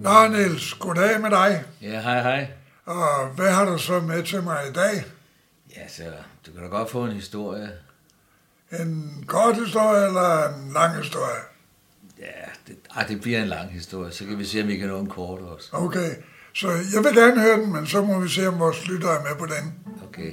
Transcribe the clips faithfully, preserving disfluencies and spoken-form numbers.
Nå, Niels, goddag med dig. Ja, hej, hej. Og hvad har du så med til mig i dag? Ja, så du kan da godt få en historie. En kort historie eller en lang historie? Ja, det, ej, det bliver en lang historie, så kan vi se, om vi kan nå en kort også. Okay, så jeg vil gerne høre den, men så må vi se, om vores lytter er med på den. Okay.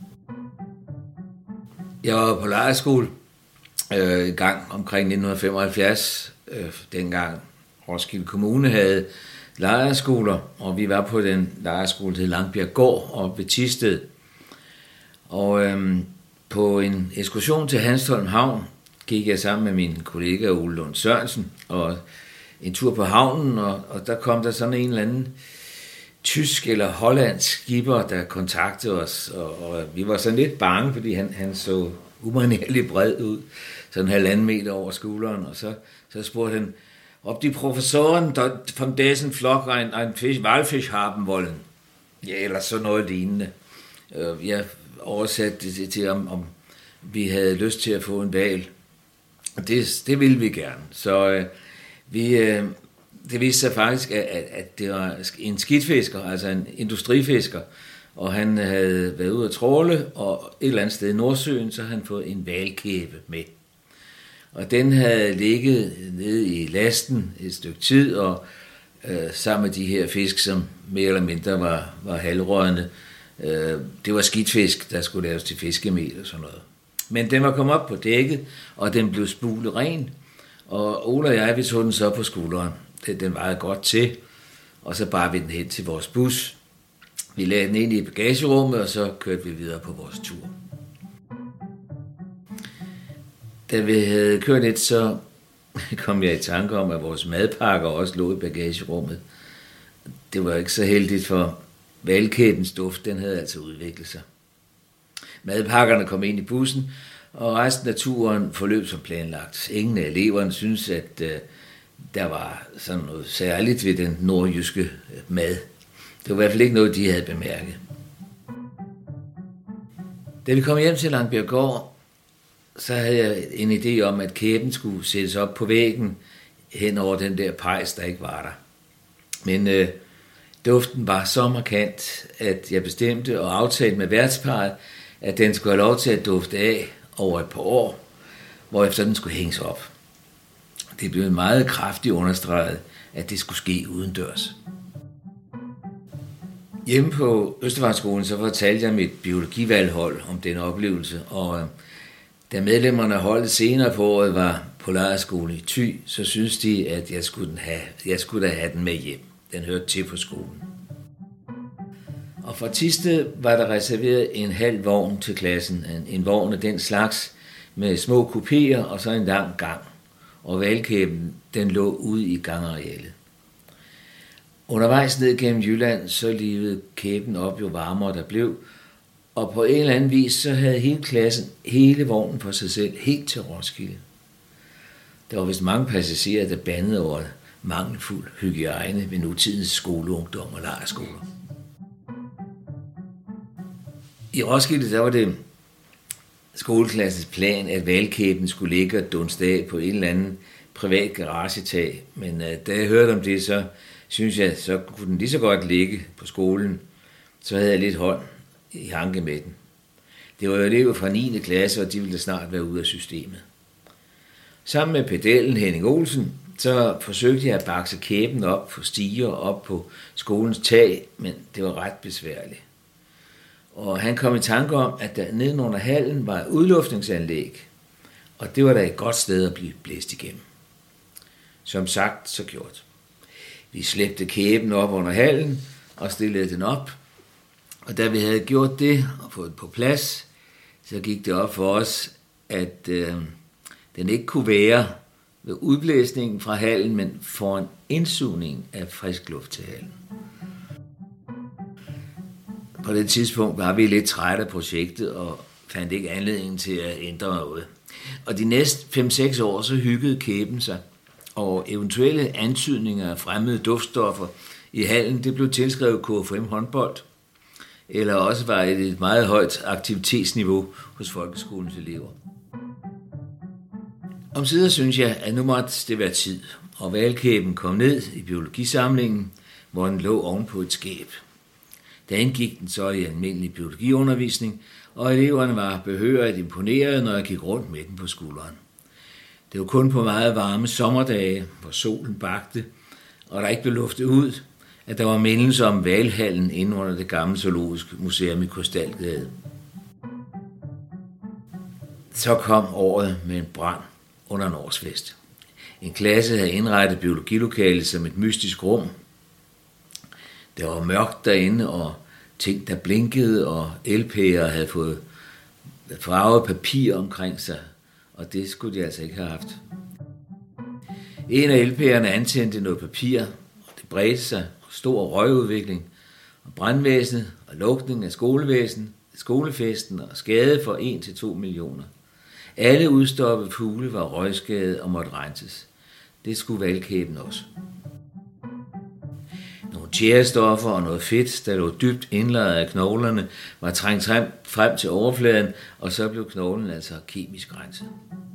Jeg var på lejrskole øh, en gang omkring nitten femoghalvfjerds, øh, dengang Roskilde Kommune havde lejrskoler, og vi var på den lejrskole til Langbjerggård og ved Thisted. Og øhm, på en ekskursion til Hanstholm Havn gik jeg sammen med min kollega Ole Lund Sørensen og en tur på havnen, og, og der kom der sådan en eller anden tysk eller hollandsk skipper, der kontaktede os, og, og vi var sådan lidt bange, fordi han, han så umanerligt bred ud, sådan en halvanden meter over skulderen, og så, så spurgte han, ob die Professoren von dessen Flock ein, ein Fisch, Walfisch haben wollen. Ja, eller sådan noget lignende. Jeg oversatte det til, om, om vi havde lyst til at få en hval. Det, det ville vi gerne. Så øh, vi, øh, det viste sig faktisk, at, at det var en skidfisker, altså en industrifisker, og han havde været ude at tråle, og et eller andet sted i Nordsøen, så havde han fået en hvalkæbe med. Og den havde ligget nede i lasten et stykke tid, og øh, sammen med de her fisk, som mere eller mindre var, var halvrådne. Øh, det var skidtfisk, der skulle laves til fiskemel og sådan noget. Men den var kommet op på dækket, og den blev spulet ren. Og Ole og jeg, vi tog den så på skulderen. Den, den vejede godt til, og så bar vi den hen til vores bus. Vi lagde den ind i bagagerummet, og så kørte vi videre på vores tur. Da vi havde kørt lidt, så kom jeg i tanke om, at vores madpakker også lå i bagagerummet. Det var ikke så heldigt, for hvalkæbens duft, den havde altså udviklet sig. Madpakkerne kom ind i bussen, og resten af turen forløb som planlagt. Ingen af eleverne syntes, at uh, der var sådan noget særligt ved den nordjyske mad. Det var i hvert fald ikke noget, de havde bemærket. Da vi kom hjem til Langbjerggård, så havde jeg en idé om, at kæben skulle sættes op på væggen hen over den der pejs, der ikke var der. Men øh, duften var så markant, at jeg bestemte og aftalte med værtsparret, at den skulle have lov til at dufte af over et par år, hvorefter den skulle hænges op. Det blev meget kraftigt understreget, at det skulle ske udendørs. Hjemme på Østervarnskolen så fortalte jeg mit biologivalghold om den oplevelse, og da medlemmerne af holdet senere på året var på lejrskole i Thy, så synes de, at jeg skulle, have, jeg skulle have den med hjem. Den hørte til på skolen. Og fra Thisted var der reserveret en halv vogn til klassen. En, en vogn af den slags med små kupéer og så en lang gang. Og hvalkæben, den lå ude i gangarealet. Undervejs ned gennem Jylland, så livede kæben op, jo varmere der blev. Og på en eller anden vis, så havde hele klassen, hele vognen for sig selv, helt til Roskilde. Der var vist mange passagerer, der bandede over mangelfuld hygiejne ved nutidens skoleungdom og lejrskoler. I Roskilde, der var det skoleklassens plan, at hvalkæben skulle ligge og dunste af på en eller anden privat garagetag. Men uh, da jeg hørte om det, så synes jeg, så kunne den lige så godt ligge på skolen. Så havde jeg lidt hånd i hanke med den. Det var jo elever fra niende klasse, og de ville snart være ude af systemet. Sammen med pedellen Henning Olsen, så forsøgte jeg at bakse kæben op på stiger og op på skolens tag, men det var ret besværligt. Og han kom i tanke om, at der neden under hallen var et udluftningsanlæg, og det var da et godt sted at blive blæst igennem. Som sagt, så gjort. Vi slæbte kæben op under hallen og stillede den op, og da vi havde gjort det og fået den på plads, så gik det op for os, at øh, den ikke kunne være ved udblæsningen fra hallen, men for en indsugning af frisk luft til hallen. På det tidspunkt var vi lidt trætte af projektet og fandt ikke anledning til at ændre noget. Og de næste fem seks år så hyggede kæben sig, og eventuelle antydninger af fremmede duftstoffer i hallen, det blev tilskrevet K F M håndbold, eller også var det et meget højt aktivitetsniveau hos folkeskolens elever. Omsider synes jeg, at nu måtte det være tid, og hvalkæben kom ned i biologisamlingen, hvor den lå oven på et skæb. Der indgik den så i almindelig biologiundervisning, og eleverne var behørigt imponeret, når jeg gik rundt med den på skulderen. Det var kun på meget varme sommerdage, hvor solen bagte, og der ikke blev luftet ud, at der var mindelse om hvalhallen inde under det gamle zoologiske museum i Krystalgade. Så kom året med en brand under en årsfest. En klasse havde indrettet biologilokalet som et mystisk rum. Det var mørkt derinde, og ting, der blinkede, og L P'er havde fået farvet papir omkring sig, og det skulle de altså ikke have haft. En af L P'erne antændte noget papir, og det bredte sig, stor røgudvikling, og brandvæsenet og lukning af skolevæsen, skolefesten og skade for en til to millioner. Alle udstoppede fugle var røgskade og måtte renses. Det skulle hvalkæben også. Nogle tjærestoffer og noget fedt, der lå dybt indlejret af knoglerne, var trængt frem til overfladen, og så blev knoglen altså kemisk renset.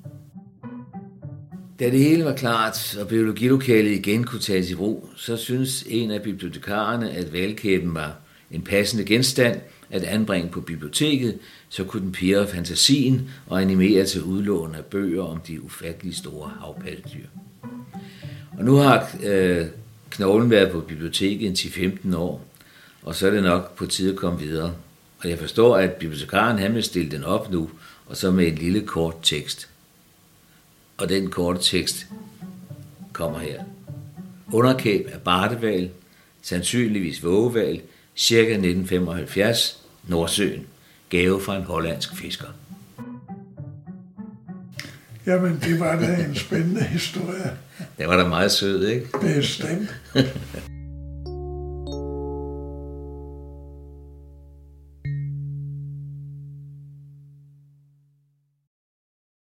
Da det hele var klart, og biologilokalet igen kunne tages i brug, så synes en af bibliotekarerne, at hvalkæben var en passende genstand at anbringe på biblioteket, så kunne den pirre fantasien og animere til udlån af bøger om de ufattelige store havpattedyr. Og nu har øh, knoglen været på biblioteket i ti til femten år, og så er det nok på tide at komme videre. Og jeg forstår, at bibliotekaren han vil stille den op nu, og så med en lille kort tekst. Og den korte tekst kommer her. Underkæb af bardehval, sandsynligvis vågeval, cirka nitten femoghalvfjerds, Nordsøen. Gave fra en hollandsk fisker. Jamen, det var da en spændende historie. Det var da meget sød, ikke? Bestemt.